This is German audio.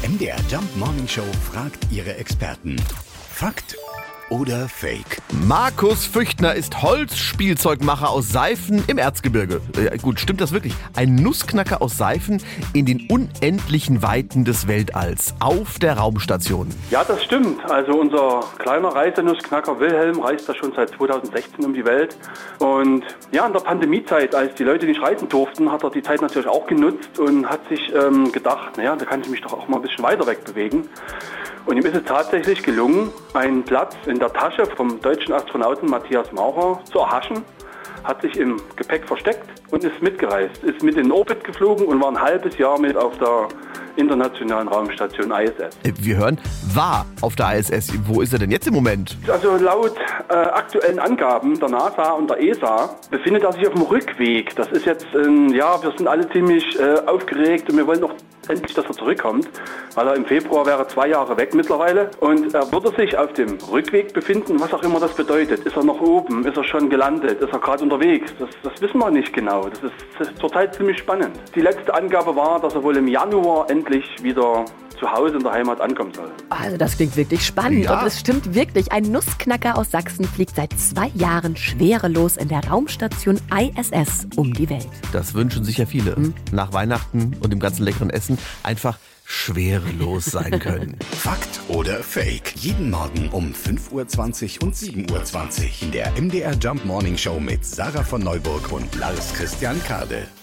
MDR Jump Morning Show fragt ihre Experten. Fakt oder Fake? Markus Füchtner ist Holzspielzeugmacher aus Seifen im Erzgebirge. Gut, stimmt das wirklich? Ein Nussknacker aus Seifen in den unendlichen Weiten des Weltalls auf der Raumstation. Ja, das stimmt. Also unser kleiner Reisenussknacker Wilhelm reist da schon seit 2016 um die Welt. Und ja, in der Pandemiezeit, als die Leute nicht reisen durften, hat er die Zeit natürlich auch genutzt und hat sich gedacht, naja, da kann ich mich doch auch mal ein bisschen weiter wegbewegen. Und ihm ist es tatsächlich gelungen, einen Platz in der Tasche vom deutschen Astronauten Matthias Maurer zu erhaschen, hat sich im Gepäck versteckt und ist mitgereist, ist mit in den Orbit geflogen und war ein halbes Jahr mit auf der internationalen Raumstation ISS. Wir hören, war auf der ISS. Wo ist er denn jetzt im Moment? Also laut aktuellen Angaben der NASA und der ESA befindet er sich auf dem Rückweg. Das ist jetzt, wir sind alle ziemlich aufgeregt und wir wollen doch endlich, dass er zurückkommt, weil er im Februar wäre 2 Jahre weg mittlerweile und er würde sich auf dem Rückweg befinden, was auch immer das bedeutet. Ist er noch oben? Ist er schon gelandet? Ist er gerade unterwegs? Das wissen wir nicht genau. Das ist zurzeit ziemlich spannend. Die letzte Angabe war, dass er wohl im Januar endlich wieder zu Hause in der Heimat ankommen soll. Also das klingt wirklich spannend Ja. und es stimmt wirklich. Ein Nussknacker aus Sachsen fliegt seit 2 Jahren schwerelos in der Raumstation ISS um die Welt. Das wünschen sich ja viele. Nach Weihnachten und dem ganzen leckeren Essen einfach schwerelos sein können. Fakt oder Fake? Jeden Morgen um 5.20 Uhr und 7.20 Uhr in der MDR Jump Morning Show mit Sarah von Neuburg und Lars Christian Kade.